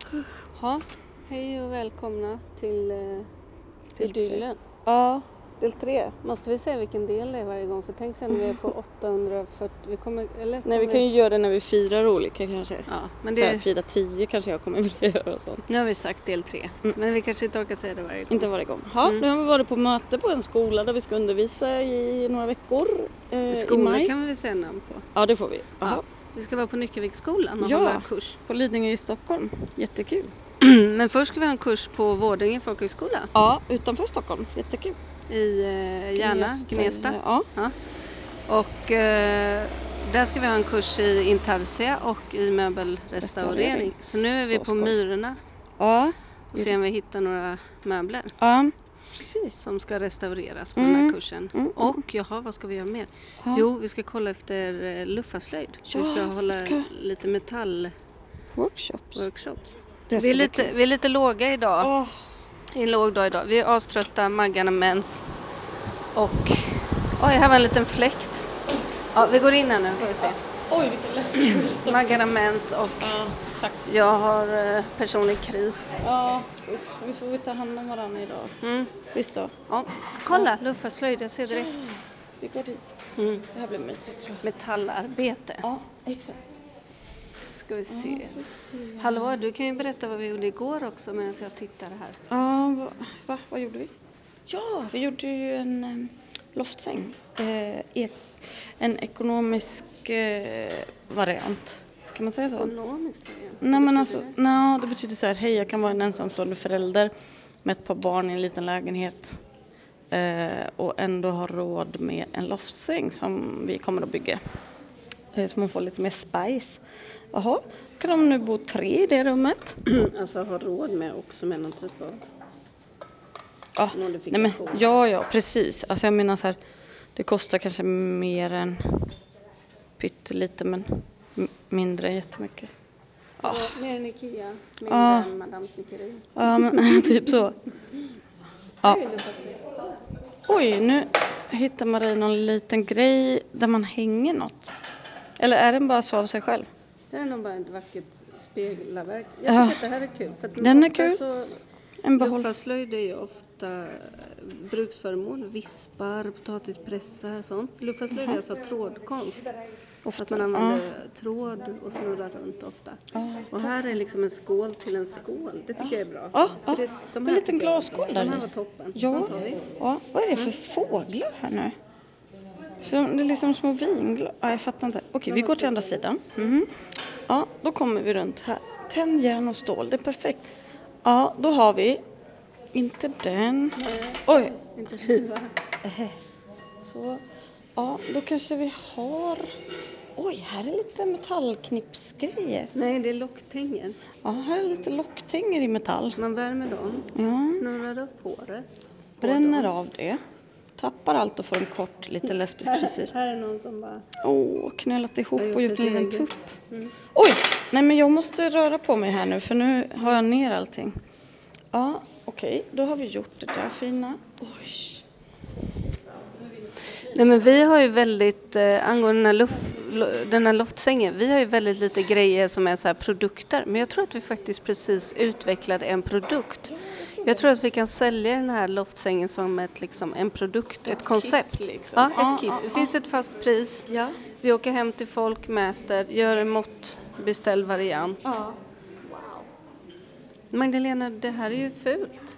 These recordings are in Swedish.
Ja, hej och välkomna till Idyllen. Ja. Del 3. Måste vi säga vilken del det är varje gång? För tänk sen när vi är på 840. Nej, vi kan ju göra det när vi firar olika kanske. Ja, men så här, fira 10 kanske jag kommer vilja göra och sånt. Nu har vi sagt del 3. Men vi kanske inte orkar säga det varje gång. Inte varje gång. Ja, nu har vi varit på möte på en skola där vi ska undervisa i några veckor i maj. Kan vi väl säga namn på? Ja, det får vi. Ja, vi ska vara på Nyckelviksskolan och hålla kurs. På Lidingö i Stockholm. Jättekul. Men först ska vi ha en kurs på Vårdinge folkhögskola. Ja, utanför Stockholm. Jättekul. I Gnesta. Ja. Och där ska vi ha en kurs i intarsia och i möbelrestaurering. Så nu är vi på Myrorna. Ja. Och se om vi hittar några möbler. Ja, precis. Som ska restaureras på den här kursen. Och vad ska vi göra mer? Ja. Jo, vi ska kolla efter luffarslöjd. Ja, vi ska hålla lite metallworkshops. Vi är lite låga idag. Det är en låg dag idag. Vi är aströtta, Maggarna Mens. Och här var en liten fläkt. Ja, vi går in här nu får vi se. Oj, vilken läskig. Maggarna Mens och jag har personlig kris. Ja, vi får ta hand om varandra idag. Visst då? Ja, kolla, luffarslöjd, jag ser direkt. Vi går dit. Det här blir mysigt tror jag. Metallarbete. Ja, exakt. Ska vi se. Hallå, du kan ju berätta vad vi gjorde igår också medan jag tittar här. Ja, vad gjorde vi? Ja, vi gjorde ju en loftsäng. En ekonomisk variant. Kan man säga så? Ekonomisk variant? Nej, men alltså, det betyder så här, hej, jag kan vara en ensamstående förälder med ett par barn i en liten lägenhet. Och ändå ha råd med en loftsäng som vi kommer att bygga. Så man får lite mer spice. Jaha, kan de nu bo 3 i det rummet? Alltså ha råd med också med någon typ av modifikation. Nej, men, ja, precis. Alltså jag menar så här, det kostar kanske mer än pyttelite men mindre jättemycket. Mer än Ikea, mindre än Madame Snickeri. Ja, men typ så. Ja. Oj, nu hittar Marie någon liten grej där man hänger något. Eller är den bara så av sig själv? Det är nog bara ett vackert speglarverk. Jag tycker att det här är kul. För att den är kul. Luffarslöjd är ju ofta bruksföremål, vispar, potatispressar och sånt. Luffarslöjd är alltså trådkonst. Ofta. Att man använder tråd och snurrar runt ofta. Och här är liksom en skål till en skål. Det tycker jag är bra. En liten glasskål där. De här var toppen. Ja. Vad är det för fåglar här nu? Så det är liksom små vinglas. Jag fattar inte. Okej, vi går till andra sidan. Ja, då kommer vi runt här. Tänd, järn och stål, det är perfekt. Ja, då har vi inte den. Oj, inte skiva. Så. Ja, då kanske vi har. Oj, här är lite metallknipsgrejer. Nej, det är locktänger. Ja, här är lite locktänger i metall. Man värmer dem, snurrar upp håret. Bränner av det. Tappar allt och får en kort, lite lesbisk frisyr. Här är någon som bara... knölat ihop och gjort en liten tupp. Oj, nej men jag måste röra på mig här nu för nu har jag ner allting. Ja, okej, då har vi gjort det där fina. Oj. Nej, men vi har ju väldigt, angående den här loftsängen, vi har ju väldigt lite grejer som är så här produkter. Men jag tror att vi faktiskt precis utvecklade en produkt. Jag tror att vi kan sälja den här loftsängen som en produkt, ett koncept. Kit, liksom. Ja, ett kit. Det finns ett fast pris. Ja. Vi åker hem till folk, mäter, gör en måttbeställd variant. Ja. Wow. Magdalena, det här är ju fult.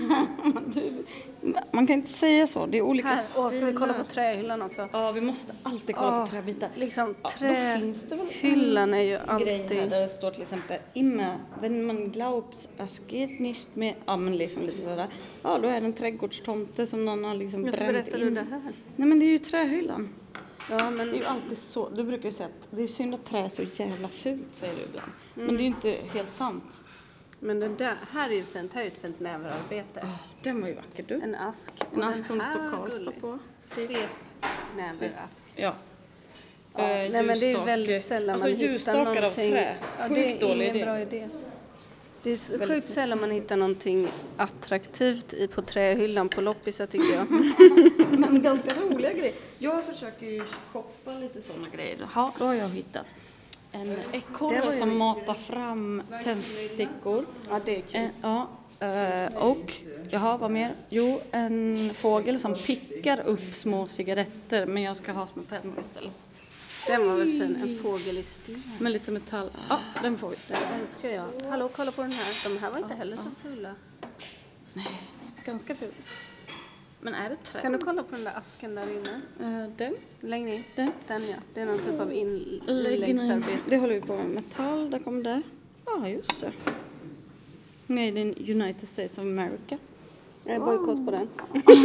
Man kan inte säga så, det är olika stilar. Ska vi kolla på trähyllan också? Ja, vi måste alltid kolla på träbitar. Liksom Hyllan är ju alltid... grej här där det står till exempel immer, wenn man glaubt, es geht nicht mehr, men liksom lite sådär. Ja, då är det en trädgårdstomte som någon har liksom bränt in. Berättar du det här? Nej, men det är ju trähyllan. Ja, men... Det är ju alltid så. Du brukar ju säga att det är synd att trä är så jävla fult, säger du ibland. Men det är ju inte helt sant. Men det där, här är ju fint, här är ett fint näverarbete. Den var ju vacker, du. En ask. En ask som det står Karlstad på. Svep näverask. Ja. Nej, men det är väldigt sällan man hittar någonting. Av trä. Det är ingen bra idé. Det är sjukt sällan man hittar någonting attraktivt på trähyllan på loppisar tycker jag. Men ganska roliga grejer. Jag försöker ju shoppa lite sådana grejer. Ja, då har jag hittat. en ekorre som matar fram tändstickor. Ja, det är kul. Och, vad mer? Jo, en fågel som pickar upp små cigaretter, men jag ska ha små pennor istället. Den var väl fin, en fågel i sten. Med lite metall. Ja, den får vi. Den älskar jag. Hallå, kolla på den här. De här var inte heller så fula. Nej, ganska ful. Men är det trä? Kan du kolla på den där asken där inne? Den? Längre in. Den? Den ja. Det är någon typ av inläggsarbete. Det håller vi på med. Metall, där kom det. Ja, just det. Made in United States of America. Jag är bojkott på den.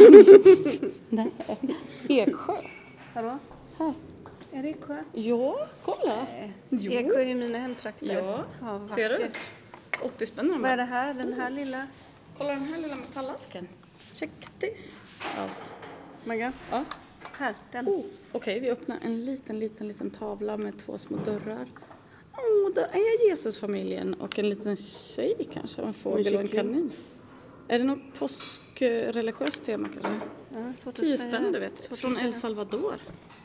Nej. Eksjö. Hallå? Här. Är det Eksjö? Ja, kolla. Eksjö är mina hemtrakter. Ja, ser du? 80 spänn. Vad är det här? Den här lilla? Kolla den här lilla metallasken. Check this out. Magga? Ja. Här, den. Okej, vi öppnar en liten tavla med 2 små dörrar. Där är Jesusfamiljen och en liten tjej kanske. En fågel och en kanin. Är det något påskreligiöst tema kanske? Ja, svårt 10 att säga. spänn, du vet. Från El Salvador.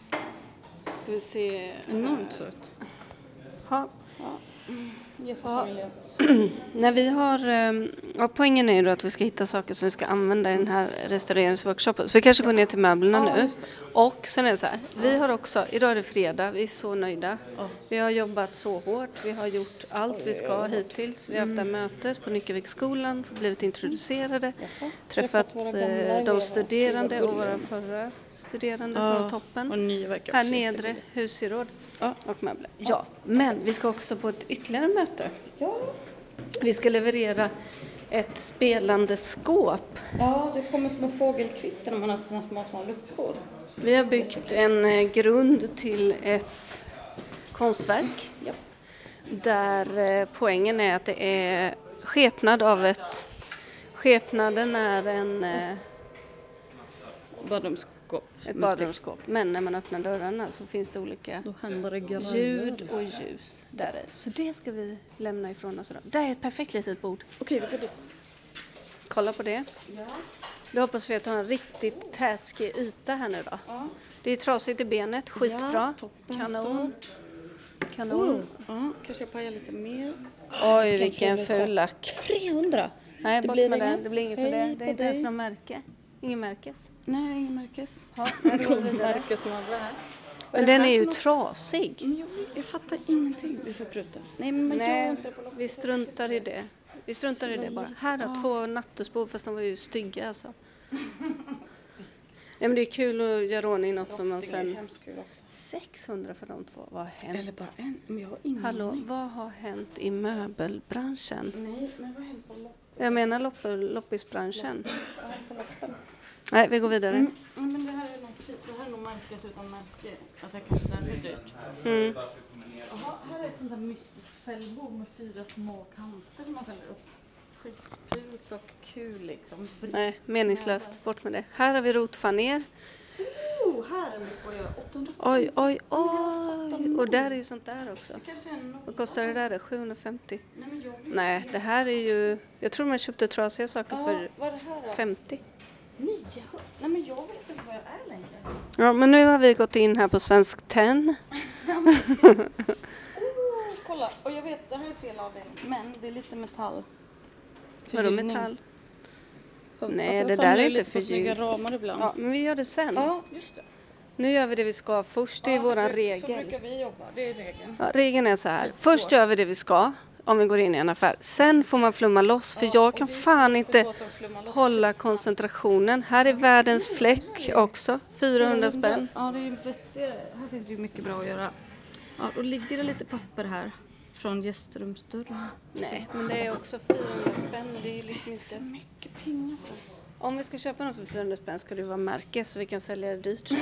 Ska vi se. Enormt söt. Ja. Jesusfamiljen. När vi har, poängen är ju då att vi ska hitta saker som vi ska använda i den här restaureringsworkshopen. Så vi kanske går ner till möblerna nu. Och sen är det så här, vi har också, idag är det fredag, vi är så nöjda. Vi har jobbat så hårt, vi har gjort allt vi ska hittills. Vi har haft det här mötet på Nyckelviksskolan, blivit introducerade, träffat de studerande och våra förra studerande som var toppen. Här nedre husgeråd och möbler. Ja, men vi ska också på ett ytterligare möte. Vi ska leverera ett spelande skåp. Ja, det kommer små fågelkvitter när man öppnar små luckor. Vi har byggt en grund till ett konstverk. Ja. Där poängen är att det är skepnad av ett... Skepnaden är en... Badrumsskåp. Ett badrumsskåp. Men när man öppnar dörrarna så finns det olika ljud och ljus där i. Så det ska vi lämna ifrån oss idag. Där är ett perfekt litet bord. Okej, vi går dit. Kolla på det. Ja. Då hoppas vi att ha en riktigt taskig yta här nu då. Ja. Det är trasigt i benet, skitbra. Kanon. Kanske jag pajar lite mer. Oj, vilken ful lack. 300. Nej, bort med den. Det blir inget för det. Det är inte ens någon märke. Ingen märkes. Nej, ingen märkes. Ja, det går vidare. Märkesmöbler här. Men den är ju trasig. Men jag fattar ingenting. Vi får pruta. Nej, vi struntar i det. Vi struntar i det bara. Här har 2 nattduksbord, fast de var ju stygga alltså. Nej, men det är kul att göra ordning något som man sen... 600 för de 2. Vad har hänt? Eller bara en. Men jag har ingen aning. Vad har hänt i möbelbranschen? Nej, men vad hänt på loppen? Jag menar loppisbranschen. På loppen. Nej, vi går vidare. Men det här är nog märkes utan märke. Att det kanske är för dyrt. Jaha, här är ett sånt där mystiskt fällbord med 4 små kanter som man fäller upp. Skitfult och kul liksom. Nej, meningslöst. Bort med det. Här har vi rotfaner. Här är mycket att göra. 850. Oj. Och där är ju sånt där också. Vad kostar det där? 750? Nej, det här är ju... Jag tror man köpte trasiga saker för 50. 900? Nej, men jag vet inte vad jag är längre. Ja, men nu har vi gått in här på Svensk Tenn. Kolla, och jag vet, det här är fel avdelning, men det är lite metall. Vadå metall? Nej, alltså, det där är inte förgyllning. Ramar ibland. Ja, men vi gör det sen. Ja, just det. Nu gör vi det vi ska först, det är våran regel. Så brukar vi jobba, det är regeln. Ja, regeln är så här, först gör vi det vi ska, om vi går in i en affär. Sen får man flumma loss, för jag kan fan inte hålla koncentrationen. Här är världens fläck också, 400 spänn. Ja, det är ju vettigare. Här finns ju mycket bra att göra. Ja, då ligger det lite papper här från gästrumsdörren. Nej, men det är också 400 spänn, det är liksom inte... För mycket pengar för oss. Om vi ska köpa något för 400 spänn ska det vara märke så vi kan sälja det dyrt sen.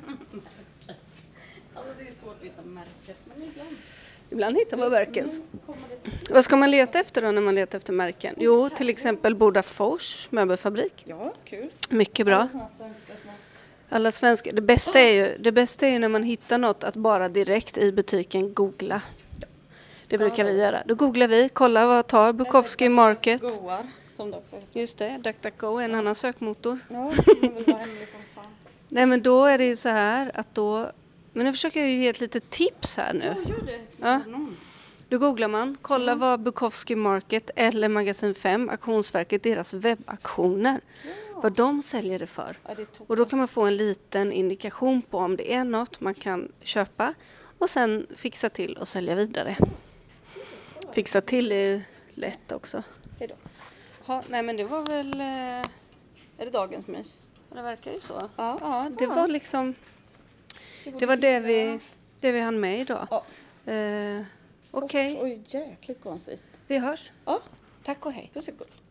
Alltså det är svårt att hitta märkes, men ibland hittar man märkes. Vad ska man leta efter då när man letar efter märken? Jo, till exempel Bodafors möbelfabrik. Ja, kul. Mycket bra. Alla svenska. Det bästa är ju när man hittar något att bara direkt i butiken googla. Det brukar vi göra. Då googlar vi, kollar vad tar Bukowski Market. Just det, DuckDuckGo är en annan sökmotor. Ja, man vill vara hemlig som fan. Nej, men då är det ju så här att då Men nu försöker jag ju ge ett litet tips här nu. Ja, gör det. Ja. Då googlar man, kolla vad Bukowski Market eller Magasin 5, Auktionsverket, deras webbaktioner. Vad de säljer det för. Ja, det är toppen. Och då kan man få en liten indikation på om det är något man kan köpa. Och sen fixa till och sälja vidare. Fixa till är lätt också. Hej då. Ja, nej men det var väl... Är det dagens mys? Det verkar ju så. Ja. Ja, det var liksom... Det var det vi hann med idag. Ja. Okej. Oj, jäkligt konstigt. Vi hörs. Ja, Tack och hej. puss och gull.